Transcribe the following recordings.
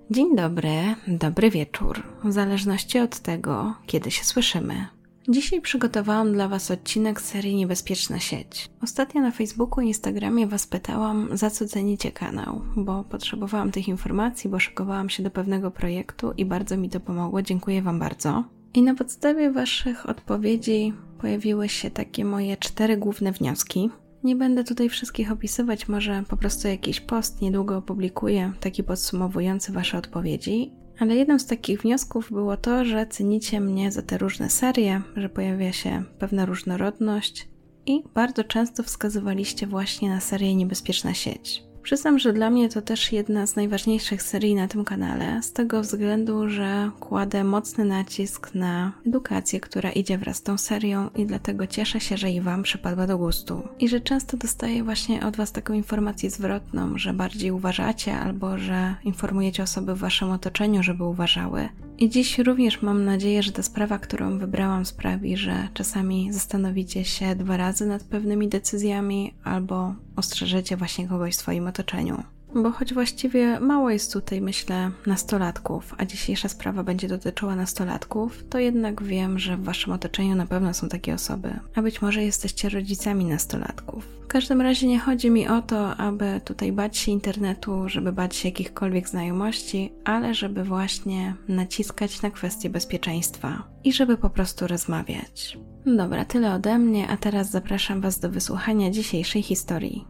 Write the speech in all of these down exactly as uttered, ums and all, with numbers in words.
Dzień dobry, dobry wieczór, w zależności od tego, kiedy się słyszymy. Dzisiaj przygotowałam dla Was odcinek z serii Niebezpieczna sieć. Ostatnio na Facebooku i Instagramie Was pytałam, za co cenicie kanał, bo potrzebowałam tych informacji, bo szykowałam się do pewnego projektu i bardzo mi to pomogło, dziękuję Wam bardzo. I na podstawie Waszych odpowiedzi pojawiły się takie moje cztery główne wnioski. Nie będę tutaj wszystkich opisywać, może po prostu jakiś post niedługo opublikuję, taki podsumowujący Wasze odpowiedzi. Ale jednym z takich wniosków było to, że cenicie mnie za te różne serie, że pojawia się pewna różnorodność i bardzo często wskazywaliście właśnie na serię Niebezpieczna sieć. Przyznam, że dla mnie to też jedna z najważniejszych serii na tym kanale, z tego względu, że kładę mocny nacisk na edukację, która idzie wraz z tą serią i dlatego cieszę się, że i Wam przypadła do gustu. I że często dostaję właśnie od Was taką informację zwrotną, że bardziej uważacie albo że informujecie osoby w Waszym otoczeniu, żeby uważały. I dziś również mam nadzieję, że ta sprawa, którą wybrałam, sprawi, że czasami zastanowicie się dwa razy nad pewnymi decyzjami albo ostrzeżecie właśnie kogoś w swoim otoczeniu. Bo choć właściwie mało jest tutaj, myślę, nastolatków, a dzisiejsza sprawa będzie dotyczyła nastolatków, to jednak wiem, że w Waszym otoczeniu na pewno są takie osoby, a być może jesteście rodzicami nastolatków. W każdym razie nie chodzi mi o to, aby tutaj bać się internetu, żeby bać się jakichkolwiek znajomości, ale żeby właśnie naciskać na kwestie bezpieczeństwa i żeby po prostu rozmawiać. Dobra, tyle ode mnie, a teraz zapraszam Was do wysłuchania dzisiejszej historii.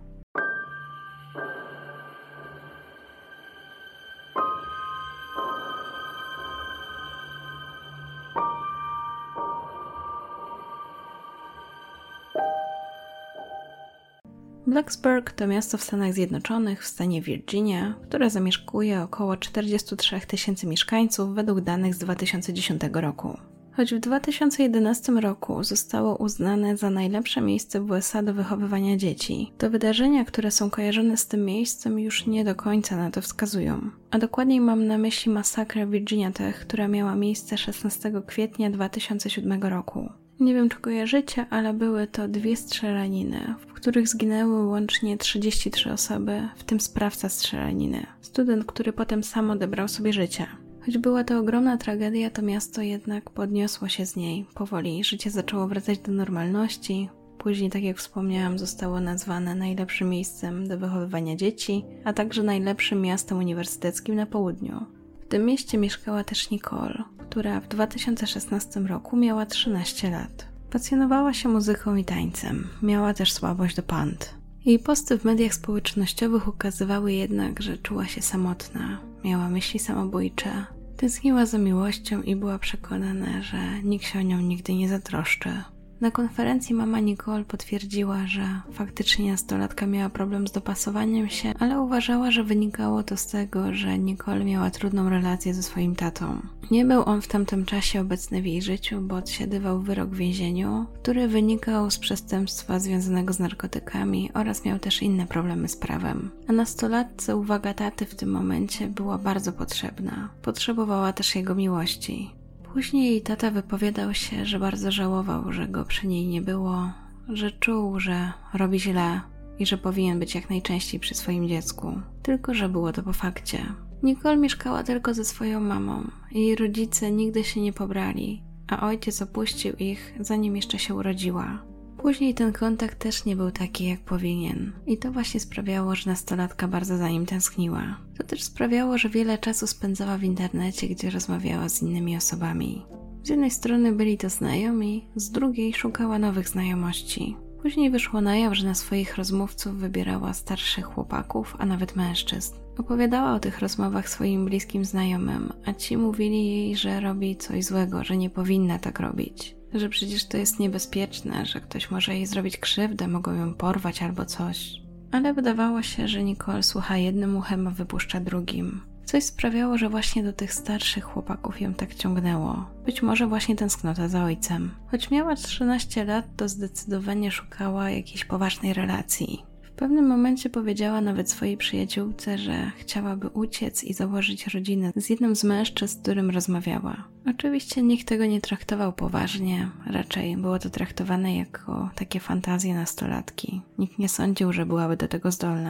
Blacksburg to miasto w Stanach Zjednoczonych, w stanie Virginia, które zamieszkuje około czterdzieści trzy tysięcy mieszkańców według danych z dwa tysiące dziesiątego roku. Choć w dwa tysiące jedenastym roku zostało uznane za najlepsze miejsce w U S A do wychowywania dzieci, to wydarzenia, które są kojarzone z tym miejscem, już nie do końca na to wskazują. A dokładniej mam na myśli masakrę w Virginia Tech, która miała miejsce szesnastego kwietnia dwa tysiące siódmego roku. Nie wiem, czy kojarzycie, ale były to dwie strzelaniny, w których zginęły łącznie trzydzieści trzy osoby, w tym sprawca strzelaniny. Student, który potem sam odebrał sobie życie. Choć była to ogromna tragedia, to miasto jednak podniosło się z niej powoli. Życie zaczęło wracać do normalności. Później, tak jak wspomniałam, zostało nazwane najlepszym miejscem do wychowywania dzieci, a także najlepszym miastem uniwersyteckim na południu. W tym mieście mieszkała też Nicole, która w dwa tysiące szesnastym roku miała trzynaście lat. Pasjonowała się muzyką i tańcem, miała też słabość do pand. Jej posty w mediach społecznościowych ukazywały jednak, że czuła się samotna, miała myśli samobójcze, tęskniła za miłością i była przekonana, że nikt się o nią nigdy nie zatroszczy. Na konferencji mama Nicole potwierdziła, że faktycznie nastolatka miała problem z dopasowaniem się, ale uważała, że wynikało to z tego, że Nicole miała trudną relację ze swoim tatą. Nie był on w tamtym czasie obecny w jej życiu, bo odsiadywał wyrok w więzieniu, który wynikał z przestępstwa związanego z narkotykami oraz miał też inne problemy z prawem. A nastolatce uwaga taty w tym momencie była bardzo potrzebna. Potrzebowała też jego miłości. Później jej tata wypowiadał się, że bardzo żałował, że go przy niej nie było, że czuł, że robi źle i że powinien być jak najczęściej przy swoim dziecku. Tylko że było to po fakcie. Nicole mieszkała tylko ze swoją mamą. Jej rodzice nigdy się nie pobrali, a ojciec opuścił ich, zanim jeszcze się urodziła. Później ten kontakt też nie był taki, jak powinien. I to właśnie sprawiało, że nastolatka bardzo za nim tęskniła. To też sprawiało, że wiele czasu spędzała w internecie, gdzie rozmawiała z innymi osobami. Z jednej strony byli to znajomi, z drugiej szukała nowych znajomości. Później wyszło na jaw, że na swoich rozmówców wybierała starszych chłopaków, a nawet mężczyzn. Opowiadała o tych rozmowach swoim bliskim znajomym, a ci mówili jej, że robi coś złego, że nie powinna tak robić. Że przecież to jest niebezpieczne, że ktoś może jej zrobić krzywdę, mogą ją porwać albo coś. Ale wydawało się, że Nicole słucha jednym uchem, a wypuszcza drugim. Coś sprawiało, że właśnie do tych starszych chłopaków ją tak ciągnęło. Być może właśnie tęsknota za ojcem. Choć miała trzynaście lat, to zdecydowanie szukała jakiejś poważnej relacji. W pewnym momencie powiedziała nawet swojej przyjaciółce, że chciałaby uciec i założyć rodzinę z jednym z mężczyzn, z którym rozmawiała. Oczywiście nikt tego nie traktował poważnie, raczej było to traktowane jako takie fantazje nastolatki. Nikt nie sądził, że byłaby do tego zdolna.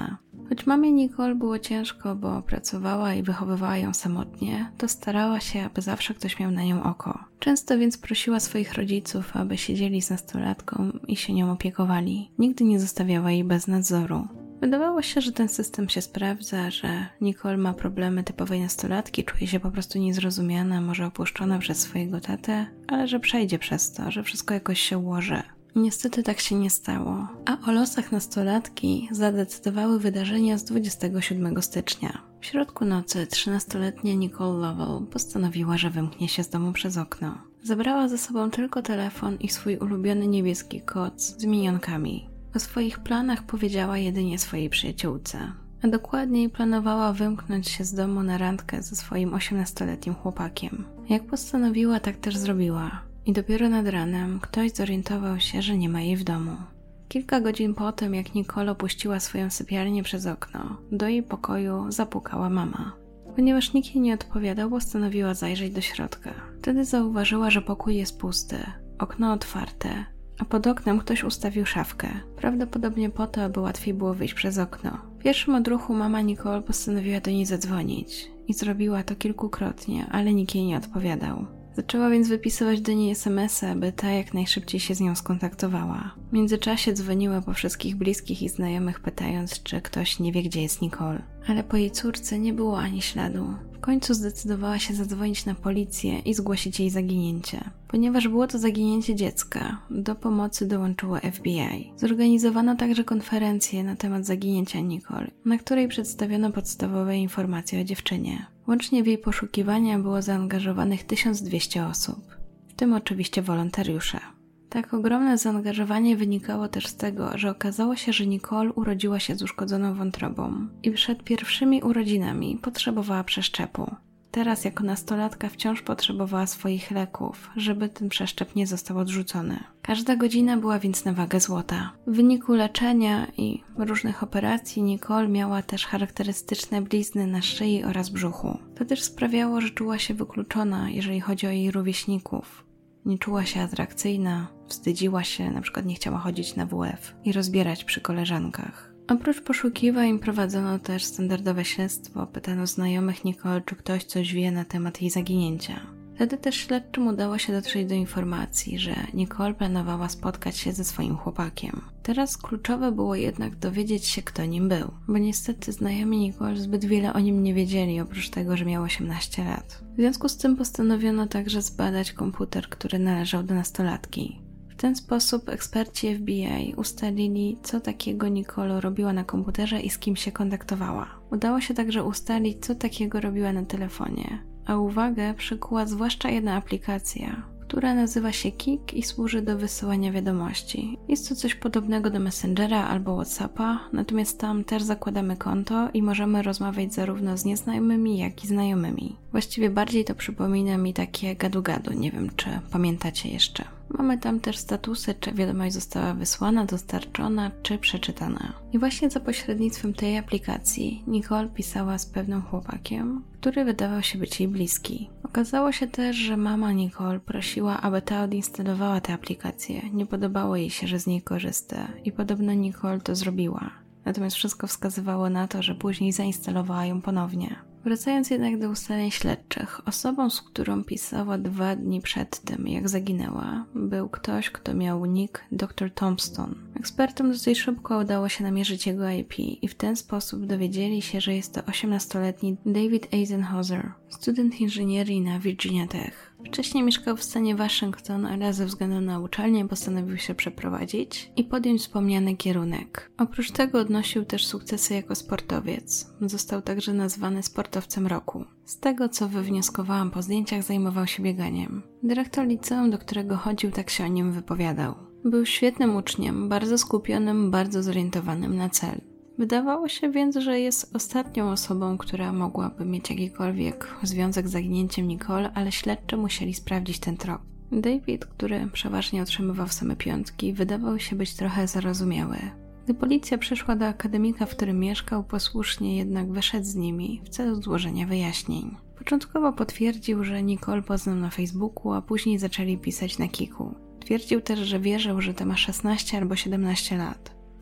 Choć mamie Nicole było ciężko, bo pracowała i wychowywała ją samotnie, to starała się, aby zawsze ktoś miał na nią oko. Często więc prosiła swoich rodziców, aby siedzieli z nastolatką i się nią opiekowali. Nigdy nie zostawiała jej bez nadzoru. Wydawało się, że ten system się sprawdza, że Nicole ma problemy typowej nastolatki, czuje się po prostu niezrozumiana, może opuszczona przez swojego tatę, ale że przejdzie przez to, że wszystko jakoś się ułoży. Niestety tak się nie stało, a o losach nastolatki zadecydowały wydarzenia z dwudziestego siódmego stycznia. W środku nocy trzynastoletnia Nicole Lovell postanowiła, że wymknie się z domu przez okno. Zabrała ze sobą tylko telefon i swój ulubiony niebieski koc z minionkami. O swoich planach powiedziała jedynie swojej przyjaciółce, a dokładniej planowała wymknąć się z domu na randkę ze swoim osiemnastoletnim chłopakiem. Jak postanowiła, tak też zrobiła. I dopiero nad ranem ktoś zorientował się, że nie ma jej w domu. Kilka godzin po tym, jak Nicole opuściła swoją sypialnię przez okno, do jej pokoju zapukała mama. Ponieważ nikt jej nie odpowiadał, postanowiła zajrzeć do środka. Wtedy zauważyła, że pokój jest pusty, okno otwarte, a pod oknem ktoś ustawił szafkę. Prawdopodobnie po to, aby łatwiej było wyjść przez okno. W pierwszym odruchu mama Nicole postanowiła do niej zadzwonić i zrobiła to kilkukrotnie, ale nikt jej nie odpowiadał. Zaczęła więc wypisywać do niej es em esy, aby ta jak najszybciej się z nią skontaktowała. W międzyczasie dzwoniła po wszystkich bliskich i znajomych, pytając, czy ktoś nie wie, gdzie jest Nicole. Ale po jej córce nie było ani śladu. W końcu zdecydowała się zadzwonić na policję i zgłosić jej zaginięcie. Ponieważ było to zaginięcie dziecka, do pomocy dołączyło F B I. Zorganizowano także konferencję na temat zaginięcia Nicole, na której przedstawiono podstawowe informacje o dziewczynie. Łącznie w jej poszukiwania było zaangażowanych tysiąc dwieście osób, w tym oczywiście wolontariusze. Tak ogromne zaangażowanie wynikało też z tego, że okazało się, że Nicole urodziła się z uszkodzoną wątrobą i przed pierwszymi urodzinami potrzebowała przeszczepu. Teraz jako nastolatka wciąż potrzebowała swoich leków, żeby ten przeszczep nie został odrzucony. Każda godzina była więc na wagę złota. W wyniku leczenia i różnych operacji Nicole miała też charakterystyczne blizny na szyi oraz brzuchu. To też sprawiało, że czuła się wykluczona, jeżeli chodzi o jej rówieśników. Nie czuła się atrakcyjna, wstydziła się, na przykład nie chciała chodzić na W F i rozbierać przy koleżankach. Oprócz poszukiwań prowadzono też standardowe śledztwo, pytano znajomych Nicole, czy ktoś coś wie na temat jej zaginięcia. Wtedy też śledczym udało się dotrzeć do informacji, że Nicole planowała spotkać się ze swoim chłopakiem. Teraz kluczowe było jednak dowiedzieć się, kto nim był, bo niestety znajomi Nicole zbyt wiele o nim nie wiedzieli, oprócz tego, że miał osiemnaście lat. W związku z tym postanowiono także zbadać komputer, który należał do nastolatki. W ten sposób eksperci F B I ustalili, co takiego Nicole robiła na komputerze i z kim się kontaktowała. Udało się także ustalić, co takiego robiła na telefonie, a uwagę przykuła zwłaszcza jedna aplikacja, która nazywa się Kik i służy do wysyłania wiadomości. Jest to coś podobnego do Messengera albo Whatsappa, natomiast tam też zakładamy konto i możemy rozmawiać zarówno z nieznajomymi, jak i znajomymi. Właściwie bardziej to przypomina mi takie gadu-gadu, nie wiem, czy pamiętacie jeszcze. Mamy tam też statusy, czy wiadomość została wysłana, dostarczona, czy przeczytana. I właśnie za pośrednictwem tej aplikacji Nicole pisała z pewnym chłopakiem, który wydawał się być jej bliski. Okazało się też, że mama Nicole prosiła, aby ta odinstalowała tę aplikację. Nie podobało jej się, że z niej korzysta i podobno Nicole to zrobiła. Natomiast wszystko wskazywało na to, że później zainstalowała ją ponownie. Wracając jednak do ustaleń śledczych, osobą, z którą pisała dwa dni przed tym, jak zaginęła, był ktoś, kto miał nick doktor Tombstone. Ekspertom dosyć szybko udało się namierzyć jego I P i w ten sposób dowiedzieli się, że jest to osiemnastoletni David Eisenhower, student inżynierii na Virginia Tech. Wcześniej mieszkał w stanie Waszyngton, ale ze względu na uczelnię postanowił się przeprowadzić i podjąć wspomniany kierunek. Oprócz tego odnosił też sukcesy jako sportowiec. Został także nazwany sportowcem roku. Z tego, co wywnioskowałam po zdjęciach, zajmował się bieganiem. Dyrektor liceum, do którego chodził, tak się o nim wypowiadał. Był świetnym uczniem, bardzo skupionym, bardzo zorientowanym na cel. Wydawało się więc, że jest ostatnią osobą, która mogłaby mieć jakikolwiek związek z zaginięciem Nicole, ale śledczy musieli sprawdzić ten trop. David, który przeważnie otrzymywał same piątki, wydawał się być trochę zarozumiały. Gdy policja przyszła do akademika, w którym mieszkał, posłusznie jednak wyszedł z nimi w celu złożenia wyjaśnień. Początkowo potwierdził, że Nicole poznał na Facebooku, a później zaczęli pisać na Kiku. Twierdził też, że wierzył, że ta ma szesnaście albo siedemnaście lat.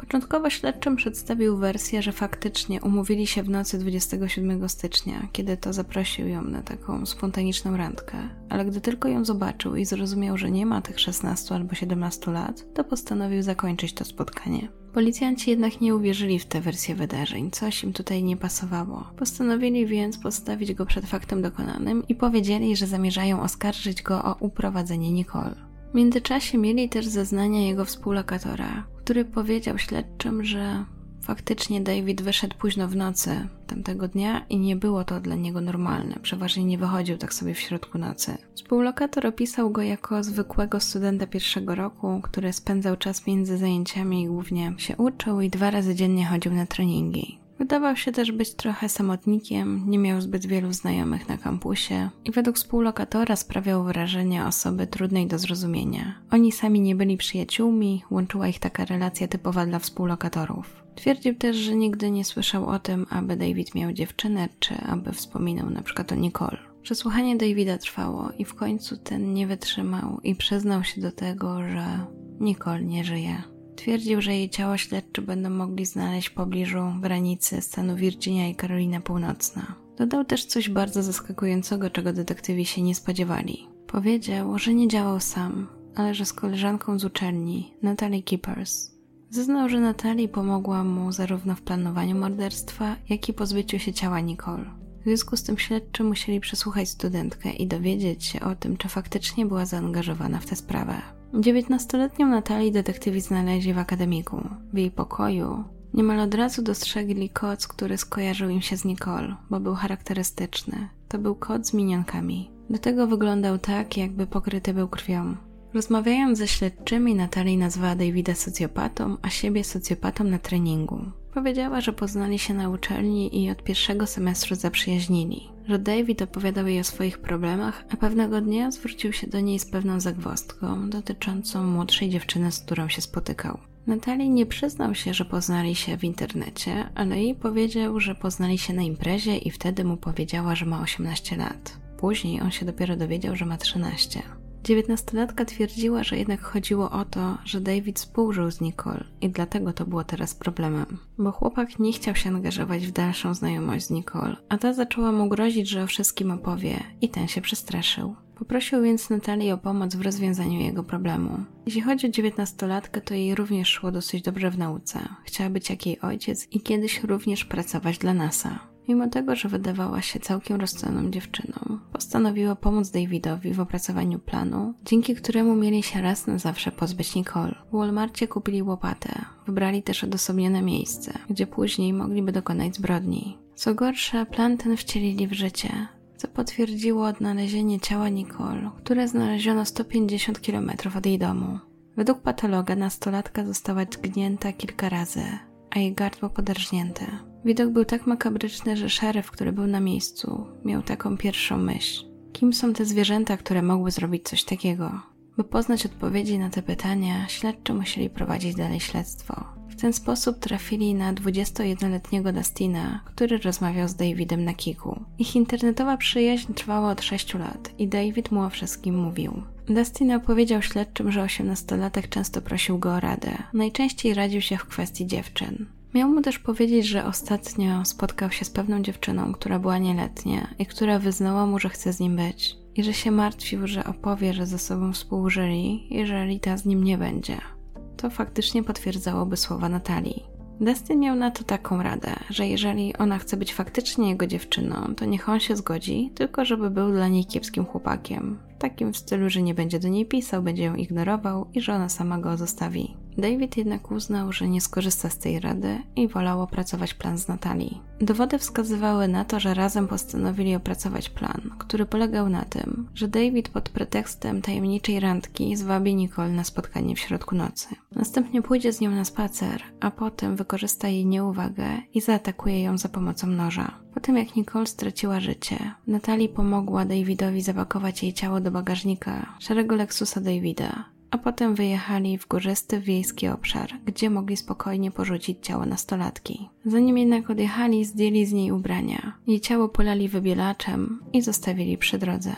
Początkowo śledczym przedstawił wersję, że faktycznie umówili się w nocy dwudziestego siódmego stycznia, kiedy to zaprosił ją na taką spontaniczną randkę, ale gdy tylko ją zobaczył i zrozumiał, że nie ma tych szesnastu albo siedemnastu lat, to postanowił zakończyć to spotkanie. Policjanci jednak nie uwierzyli w tę wersję wydarzeń, coś im tutaj nie pasowało. Postanowili więc postawić go przed faktem dokonanym i powiedzieli, że zamierzają oskarżyć go o uprowadzenie Nicole. W międzyczasie mieli też zeznania jego współlokatora, który powiedział śledczym, że faktycznie David wyszedł późno w nocy tamtego dnia i nie było to dla niego normalne, przeważnie nie wychodził tak sobie w środku nocy. Współlokator opisał go jako zwykłego studenta pierwszego roku, który spędzał czas między zajęciami i głównie się uczył i dwa razy dziennie chodził na treningi. Wydawał się też być trochę samotnikiem, nie miał zbyt wielu znajomych na kampusie i według współlokatora sprawiał wrażenie osoby trudnej do zrozumienia. Oni sami nie byli przyjaciółmi, łączyła ich taka relacja typowa dla współlokatorów. Twierdził też, że nigdy nie słyszał o tym, aby David miał dziewczynę, czy aby wspominał na przykład o Nicole. Przesłuchanie Davida trwało i w końcu ten nie wytrzymał i przyznał się do tego, że Nicole nie żyje. Twierdził, że jej ciało śledczy będą mogli znaleźć w pobliżu granicy stanu Virginia i Karolina Północna. Dodał też coś bardzo zaskakującego, czego detektywi się nie spodziewali. Powiedział, że nie działał sam, ale że z koleżanką z uczelni, Natalie Keepers. Zeznał, że Natalie pomogła mu zarówno w planowaniu morderstwa, jak i pozbyciu się ciała Nicole. W związku z tym śledczy musieli przesłuchać studentkę i dowiedzieć się o tym, czy faktycznie była zaangażowana w tę sprawę. dziewiętnastoletnią Natalię detektywi znaleźli w akademiku. W jej pokoju niemal od razu dostrzegli koc, który skojarzył im się z Nicole, bo był charakterystyczny. To był kot z minionkami. Do tego wyglądał tak, jakby pokryty był krwią. Rozmawiając ze śledczymi, Natalie nazwała Davida socjopatą, a siebie socjopatą na treningu. Powiedziała, że poznali się na uczelni i od pierwszego semestru zaprzyjaźnili, że David opowiadał jej o swoich problemach, a pewnego dnia zwrócił się do niej z pewną zagwozdką dotyczącą młodszej dziewczyny, z którą się spotykał. Natalie nie przyznał się, że poznali się w internecie, ale jej powiedział, że poznali się na imprezie i wtedy mu powiedziała, że ma osiemnaście lat. Później on się dopiero dowiedział, że ma trzynaście. Dziewiętnastolatka twierdziła, że jednak chodziło o to, że David współżył z Nicole i dlatego to było teraz problemem. Bo chłopak nie chciał się angażować w dalszą znajomość z Nicole, a ta zaczęła mu grozić, że o wszystkim opowie i ten się przestraszył. Poprosił więc Natalię o pomoc w rozwiązaniu jego problemu. Jeśli chodzi o dziewiętnastolatkę, to jej również szło dosyć dobrze w nauce. Chciała być jak jej ojciec i kiedyś również pracować dla NASA. Mimo tego, że wydawała się całkiem rozsądną dziewczyną, postanowiła pomóc Davidowi w opracowaniu planu, dzięki któremu mieli się raz na zawsze pozbyć Nicole. W Walmarcie kupili łopatę, wybrali też odosobnione miejsce, gdzie później mogliby dokonać zbrodni. Co gorsza, plan ten wcielili w życie, co potwierdziło odnalezienie ciała Nicole, które znaleziono sto pięćdziesiąt kilometrów od jej domu. Według patologa nastolatka została dźgnięta kilka razy, a jej gardło poderżnięte. Widok był tak makabryczny, że szeryf, który był na miejscu, miał taką pierwszą myśl. Kim są te zwierzęta, które mogły zrobić coś takiego? By poznać odpowiedzi na te pytania, śledczy musieli prowadzić dalej śledztwo. W ten sposób trafili na dwudziestojednoletniego Dustina, który rozmawiał z Davidem na Kiku. Ich internetowa przyjaźń trwała od sześciu lat i David mu o wszystkim mówił. Dustin opowiedział śledczym, że osiemnastolatek często prosił go o radę. Najczęściej radził się w kwestii dziewczyn. Miał mu też powiedzieć, że ostatnio spotkał się z pewną dziewczyną, która była nieletnia i która wyznała mu, że chce z nim być. I że się martwił, że opowie, że ze sobą współżyli, jeżeli ta z nim nie będzie. To faktycznie potwierdzałoby słowa Natalii. Dustin miał na to taką radę, że jeżeli ona chce być faktycznie jego dziewczyną, to niech on się zgodzi, tylko żeby był dla niej kiepskim chłopakiem. Takim w stylu, że nie będzie do niej pisał, będzie ją ignorował i że ona sama go zostawi. David jednak uznał, że nie skorzysta z tej rady i wolał opracować plan z Natalii. Dowody wskazywały na to, że razem postanowili opracować plan, który polegał na tym, że David pod pretekstem tajemniczej randki zwabi Nicole na spotkanie w środku nocy. Następnie pójdzie z nią na spacer, a potem wykorzysta jej nieuwagę i zaatakuje ją za pomocą noża. Po tym jak Nicole straciła życie, Natalie pomogła Davidowi zapakować jej ciało do bagażnika szarego Lexusa Davida, a potem wyjechali w górzysty wiejski obszar, gdzie mogli spokojnie porzucić ciało nastolatki. Zanim jednak odjechali, zdjęli z niej ubrania. Jej ciało polali wybielaczem i zostawili przy drodze.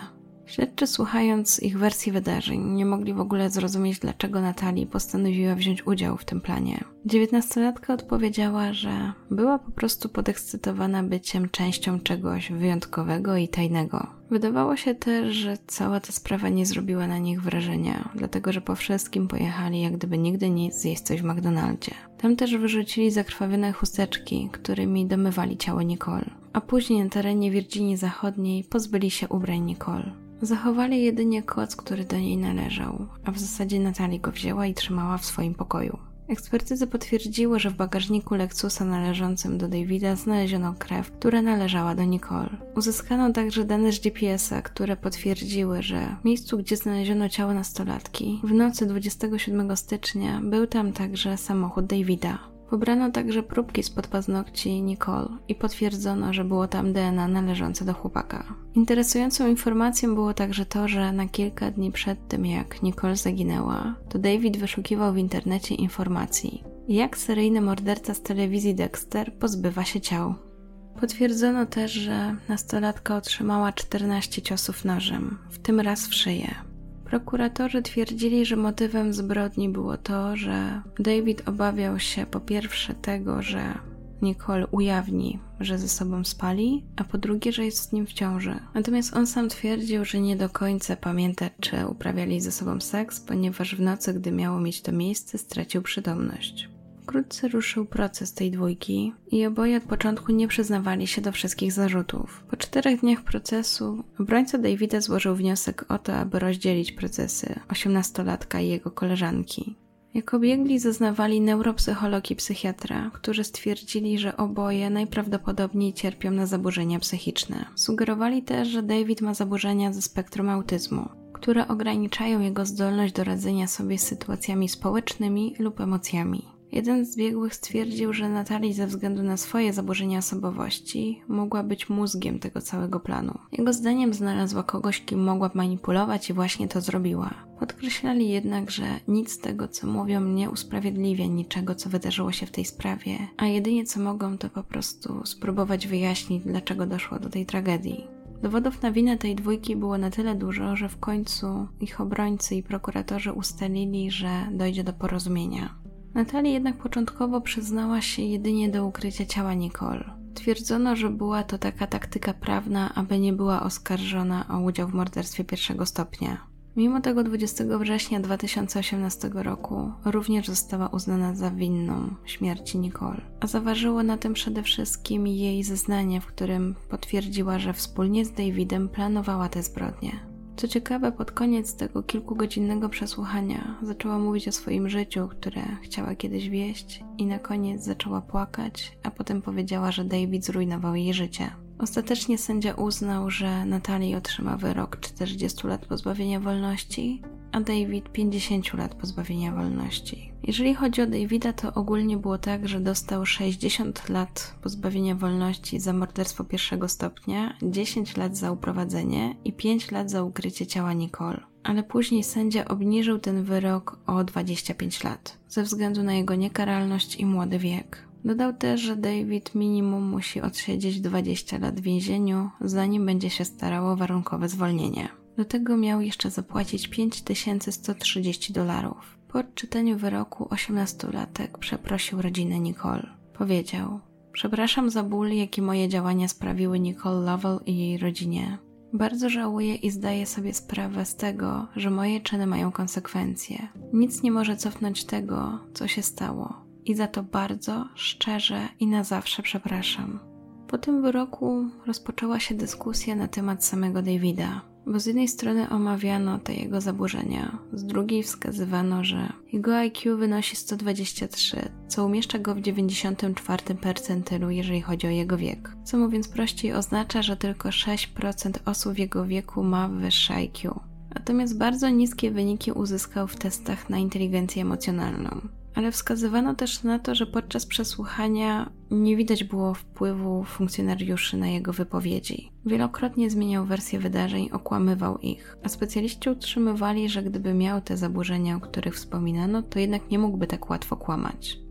Śledczy, słuchając ich wersji wydarzeń, nie mogli w ogóle zrozumieć, dlaczego Natalie postanowiła wziąć udział w tym planie. Dziewiętnastolatka odpowiedziała, że była po prostu podekscytowana byciem częścią czegoś wyjątkowego i tajnego. Wydawało się też, że cała ta sprawa nie zrobiła na nich wrażenia, dlatego że po wszystkim pojechali jak gdyby nigdy nic zjeść coś w McDonaldzie. Tam też wyrzucili zakrwawione chusteczki, którymi domywali ciało Nicole, a później na terenie Virginii Zachodniej pozbyli się ubrań Nicole. Zachowali jedynie koc, który do niej należał, a w zasadzie Natalie go wzięła i trzymała w swoim pokoju. Ekspertyzy potwierdziły, że w bagażniku Lexusa należącym do Davida znaleziono krew, która należała do Nicole. Uzyskano także dane z G P S-a, które potwierdziły, że w miejscu, gdzie znaleziono ciało nastolatki, w nocy dwudziestego siódmego stycznia był tam także samochód Davida. Pobrano także próbki spod paznokci Nicole i potwierdzono, że było tam D N A należące do chłopaka. Interesującą informacją było także to, że na kilka dni przed tym, jak Nicole zaginęła, to David wyszukiwał w internecie informacji, jak seryjny morderca z telewizji Dexter pozbywa się ciał. Potwierdzono też, że nastolatka otrzymała czternaście ciosów nożem, w tym raz w szyję. Prokuratorzy twierdzili, że motywem zbrodni było to, że David obawiał się po pierwsze tego, że Nicole ujawni, że ze sobą spali, a po drugie, że jest z nim w ciąży. Natomiast on sam twierdził, że nie do końca pamięta, czy uprawiali ze sobą seks, ponieważ w nocy, gdy miało mieć to miejsce, stracił przytomność. Wkrótce ruszył proces tej dwójki i oboje od początku nie przyznawali się do wszystkich zarzutów. Po czterech dniach procesu obrońca Davida złożył wniosek o to, aby rozdzielić procesy osiemnastolatka i jego koleżanki. Jako biegli zeznawali neuropsycholog i psychiatra, którzy stwierdzili, że oboje najprawdopodobniej cierpią na zaburzenia psychiczne. Sugerowali też, że David ma zaburzenia ze spektrum autyzmu, które ograniczają jego zdolność do radzenia sobie z sytuacjami społecznymi lub emocjami. Jeden z biegłych stwierdził, że Natalie ze względu na swoje zaburzenia osobowości mogła być mózgiem tego całego planu. Jego zdaniem znalazła kogoś, kim mogła manipulować i właśnie to zrobiła. Podkreślali jednak, że nic z tego, co mówią, nie usprawiedliwia niczego, co wydarzyło się w tej sprawie, a jedynie co mogą, to po prostu spróbować wyjaśnić, dlaczego doszło do tej tragedii. Dowodów na winę tej dwójki było na tyle dużo, że w końcu ich obrońcy i prokuratorzy ustalili, że dojdzie do porozumienia. Natalie jednak początkowo przyznała się jedynie do ukrycia ciała Nicole. Twierdzono, że była to taka taktyka prawna, aby nie była oskarżona o udział w morderstwie pierwszego stopnia. Mimo tego dwudziestego września dwa tysiące osiemnastego roku również została uznana za winną śmierci Nicole. A zaważyło na tym przede wszystkim jej zeznanie, w którym potwierdziła, że wspólnie z Davidem planowała tę zbrodnię. Co ciekawe, pod koniec tego kilkugodzinnego przesłuchania zaczęła mówić o swoim życiu, które chciała kiedyś wieść i na koniec zaczęła płakać, a potem powiedziała, że David zrujnował jej życie. Ostatecznie sędzia uznał, że Natalie otrzyma wyrok czterdziestu lat pozbawienia wolności, a David pięćdziesięciu lat pozbawienia wolności. Jeżeli chodzi o Davida, to ogólnie było tak, że dostał sześćdziesiąt lat pozbawienia wolności za morderstwo pierwszego stopnia, dziesięć lat za uprowadzenie i pięć lat za ukrycie ciała Nicole. Ale później sędzia obniżył ten wyrok o dwadzieścia pięć lat, ze względu na jego niekaralność i młody wiek. Dodał też, że David minimum musi odsiedzieć dwadzieścia lat w więzieniu, zanim będzie się starał o warunkowe zwolnienie. Do tego miał jeszcze zapłacić pięć tysięcy sto trzydzieści dolarów. Po odczytaniu wyroku osiemnastolatek przeprosił rodzinę Nicole. Powiedział: przepraszam za ból, jaki moje działania sprawiły Nicole Lovell i jej rodzinie. Bardzo żałuję i zdaję sobie sprawę z tego, że moje czyny mają konsekwencje. Nic nie może cofnąć tego, co się stało. I za to bardzo, szczerze i na zawsze przepraszam. Po tym wyroku rozpoczęła się dyskusja na temat samego Davida, bo z jednej strony omawiano te jego zaburzenia, z drugiej wskazywano, że jego I Q wynosi sto dwadzieścia trzy, co umieszcza go w dziewięćdziesiątym czwartym percentylu, jeżeli chodzi o jego wiek. Co mówiąc prościej oznacza, że tylko sześć procent osób w jego wieku ma wyższe I Q. Natomiast bardzo niskie wyniki uzyskał w testach na inteligencję emocjonalną. Ale wskazywano też na to, że podczas przesłuchania nie widać było wpływu funkcjonariuszy na jego wypowiedzi. Wielokrotnie zmieniał wersję wydarzeń, okłamywał ich, a specjaliści utrzymywali, że gdyby miał te zaburzenia, o których wspominano, to jednak nie mógłby tak łatwo kłamać.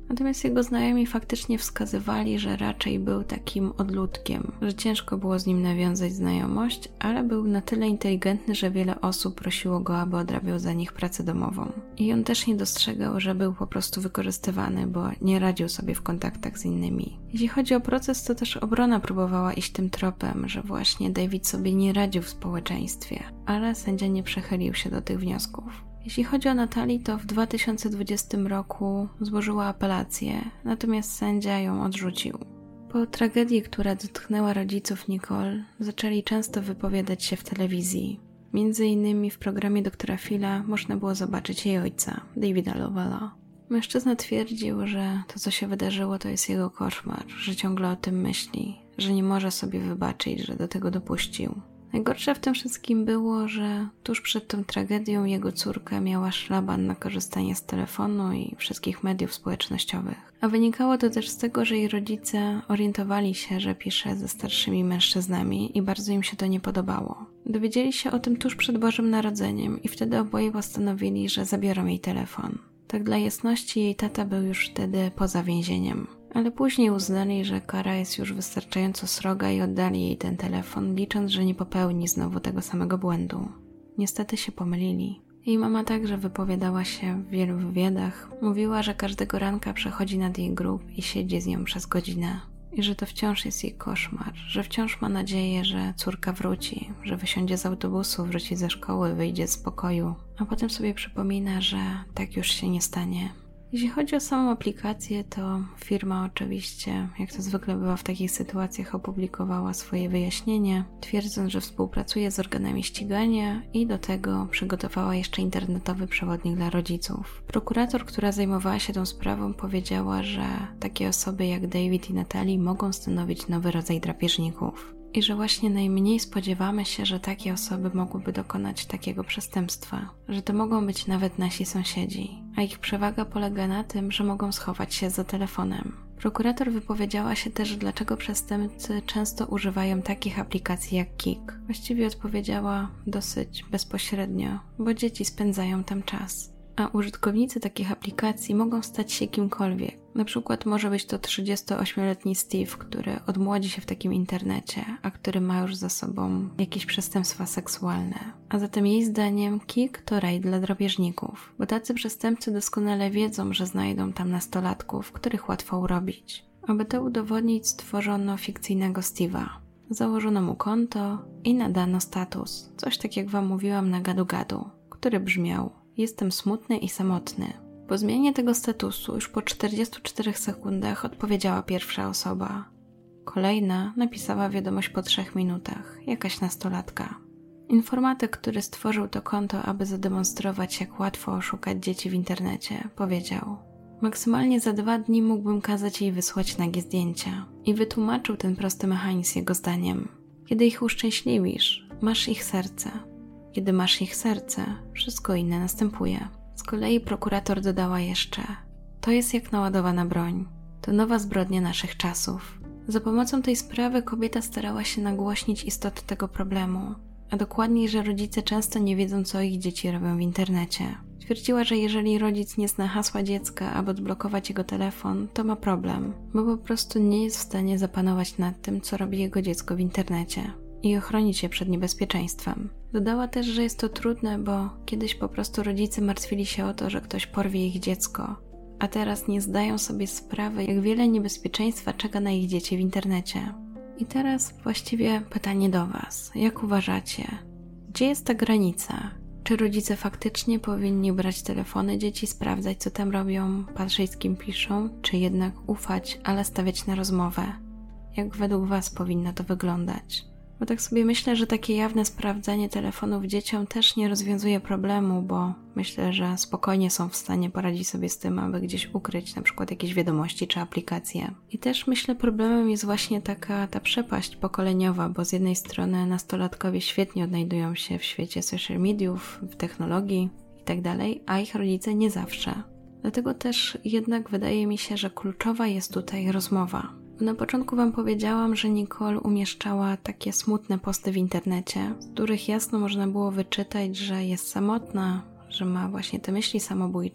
Natomiast jego znajomi faktycznie wskazywali, że raczej był takim odludkiem, że ciężko było z nim nawiązać znajomość, ale był na tyle inteligentny, że wiele osób prosiło go, aby odrabiał za nich pracę domową. I on też nie dostrzegał, że był po prostu wykorzystywany, bo nie radził sobie w kontaktach z innymi. Jeśli chodzi o proces, to też obrona próbowała iść tym tropem, że właśnie David sobie nie radził w społeczeństwie, ale sędzia nie przechylił się do tych wniosków. Jeśli chodzi o Natalii, to w dwa tysiące dwudziestym roku złożyła apelację, natomiast sędzia ją odrzucił. Po tragedii, która dotknęła rodziców Nicole, zaczęli często wypowiadać się w telewizji. Między innymi w programie doktora Phila można było zobaczyć jej ojca, Davida Lovella. Mężczyzna twierdził, że to, co się wydarzyło, to jest jego koszmar, że ciągle o tym myśli, że nie może sobie wybaczyć, że do tego dopuścił. Najgorsze w tym wszystkim było, że tuż przed tą tragedią jego córka miała szlaban na korzystanie z telefonu i wszystkich mediów społecznościowych. A wynikało to też z tego, że jej rodzice orientowali się, że pisze ze starszymi mężczyznami i bardzo im się to nie podobało. Dowiedzieli się o tym tuż przed Bożym Narodzeniem i wtedy oboje postanowili, że zabiorą jej telefon. Tak dla jasności, jej tata był już wtedy poza więzieniem. Ale później uznali, że kara jest już wystarczająco sroga i oddali jej ten telefon, licząc, że nie popełni znowu tego samego błędu. Niestety się pomylili. Jej mama także wypowiadała się w wielu wywiadach. Mówiła, że każdego ranka przechodzi nad jej grób i siedzi z nią przez godzinę. I że to wciąż jest jej koszmar, że wciąż ma nadzieję, że córka wróci, że wysiądzie z autobusu, wróci ze szkoły, wyjdzie z pokoju, a potem sobie przypomina, że tak już się nie stanie. Jeśli chodzi o samą aplikację, to firma oczywiście, jak to zwykle bywa w takich sytuacjach, opublikowała swoje wyjaśnienie, twierdząc, że współpracuje z organami ścigania i do tego przygotowała jeszcze internetowy przewodnik dla rodziców. Prokurator, która zajmowała się tą sprawą, powiedziała, że takie osoby jak David i Natalie mogą stanowić nowy rodzaj drapieżników. I że właśnie najmniej spodziewamy się, że takie osoby mogłyby dokonać takiego przestępstwa, że to mogą być nawet nasi sąsiedzi, a ich przewaga polega na tym, że mogą schować się za telefonem. Prokurator wypowiedziała się też, dlaczego przestępcy często używają takich aplikacji jak Kik. Właściwie odpowiedziała dosyć bezpośrednio, bo dzieci spędzają tam czas. A użytkownicy takich aplikacji mogą stać się kimkolwiek. Na przykład może być to trzydziestoośmioletni Steve, który odmłodzi się w takim internecie, a który ma już za sobą jakieś przestępstwa seksualne. A zatem jej zdaniem Kik to raj dla drapieżników, bo tacy przestępcy doskonale wiedzą, że znajdą tam nastolatków, których łatwo urobić. Aby to udowodnić, stworzono fikcyjnego Steve'a. Założono mu konto i nadano status, coś tak jak wam mówiłam na gadu-gadu, który brzmiał: jestem smutny i samotny. Po zmianie tego statusu już po czterdziestu czterech sekundach odpowiedziała pierwsza osoba. Kolejna napisała wiadomość po trzech minutach, jakaś nastolatka. Informatyk, który stworzył to konto, aby zademonstrować, jak łatwo oszukać dzieci w internecie, powiedział: maksymalnie za dwa dni mógłbym kazać jej wysłać nagie zdjęcia. I wytłumaczył ten prosty mechanizm jego zdaniem. Kiedy ich uszczęśliwisz, masz ich serce. Kiedy masz ich serce, wszystko inne następuje. Z kolei prokurator dodała jeszcze: to jest jak naładowana broń. To nowa zbrodnia naszych czasów. Za pomocą tej sprawy kobieta starała się nagłośnić istotę tego problemu, a dokładniej, że rodzice często nie wiedzą, co ich dzieci robią w internecie. Twierdziła, że jeżeli rodzic nie zna hasła dziecka, aby odblokować jego telefon, to ma problem, bo po prostu nie jest w stanie zapanować nad tym, co robi jego dziecko w internecie i ochronić je przed niebezpieczeństwem. Dodała też, że jest to trudne, bo kiedyś po prostu rodzice martwili się o to, że ktoś porwie ich dziecko, a teraz nie zdają sobie sprawy, jak wiele niebezpieczeństwa czeka na ich dzieci w internecie. I teraz właściwie pytanie do was. Jak uważacie? Gdzie jest ta granica? Czy rodzice faktycznie powinni brać telefony dzieci, sprawdzać, co tam robią, patrzeć, z kim piszą, czy jednak ufać, ale stawiać na rozmowę? Jak według was powinno to wyglądać? Bo tak sobie myślę, że takie jawne sprawdzanie telefonów dzieciom też nie rozwiązuje problemu, bo myślę, że spokojnie są w stanie poradzić sobie z tym, aby gdzieś ukryć na przykład jakieś wiadomości czy aplikacje. I też myślę, problemem jest właśnie taka ta przepaść pokoleniowa, bo z jednej strony nastolatkowie świetnie odnajdują się w świecie social mediów, w technologii itd., a ich rodzice nie zawsze. Dlatego też jednak wydaje mi się, że kluczowa jest tutaj rozmowa. Na początku wam powiedziałam, że Nicole umieszczała takie smutne posty w internecie, z których jasno można było wyczytać, że jest samotna, że ma właśnie te myśli samobójcze.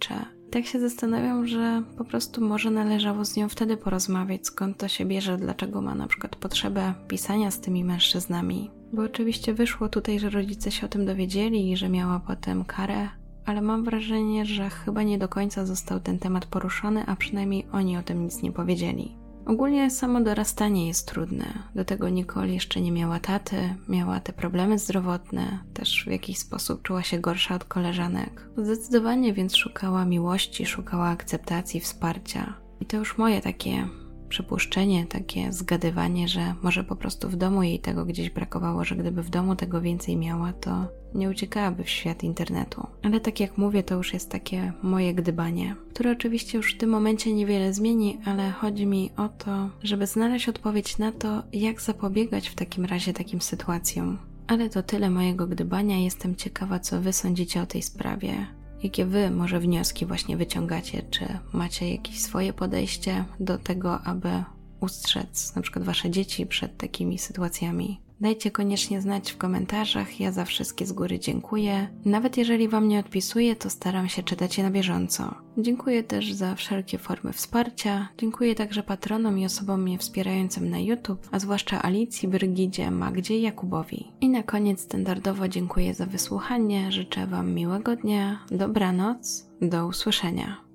Tak się zastanawiam, że po prostu może należało z nią wtedy porozmawiać, skąd to się bierze, dlaczego ma na przykład potrzebę pisania z tymi mężczyznami. Bo oczywiście wyszło tutaj, że rodzice się o tym dowiedzieli i że miała potem karę, ale mam wrażenie, że chyba nie do końca został ten temat poruszony, a przynajmniej oni o tym nic nie powiedzieli. Ogólnie samo dorastanie jest trudne. Do tego Nicole jeszcze nie miała taty, miała te problemy zdrowotne, też w jakiś sposób czuła się gorsza od koleżanek. Zdecydowanie więc szukała miłości, szukała akceptacji, wsparcia. I to już moje takie przypuszczenie, takie zgadywanie, że może po prostu w domu jej tego gdzieś brakowało, że gdyby w domu tego więcej miała, to nie uciekałaby w świat internetu. Ale tak jak mówię, to już jest takie moje gdybanie, które oczywiście już w tym momencie niewiele zmieni, ale chodzi mi o to, żeby znaleźć odpowiedź na to, jak zapobiegać w takim razie takim sytuacjom. Ale to tyle mojego gdybania, jestem ciekawa, co wy sądzicie o tej sprawie. Jakie wy może wnioski właśnie wyciągacie? Czy macie jakieś swoje podejście do tego, aby ustrzec na przykład wasze dzieci przed takimi sytuacjami? Dajcie koniecznie znać w komentarzach, ja za wszystkie z góry dziękuję. Nawet jeżeli wam nie odpisuję, to staram się czytać je na bieżąco. Dziękuję też za wszelkie formy wsparcia. Dziękuję także patronom i osobom mnie wspierającym na YouTube, a zwłaszcza Alicji, Brygidzie, Magdzie i Jakubowi. I na koniec standardowo dziękuję za wysłuchanie, życzę wam miłego dnia, dobranoc, do usłyszenia.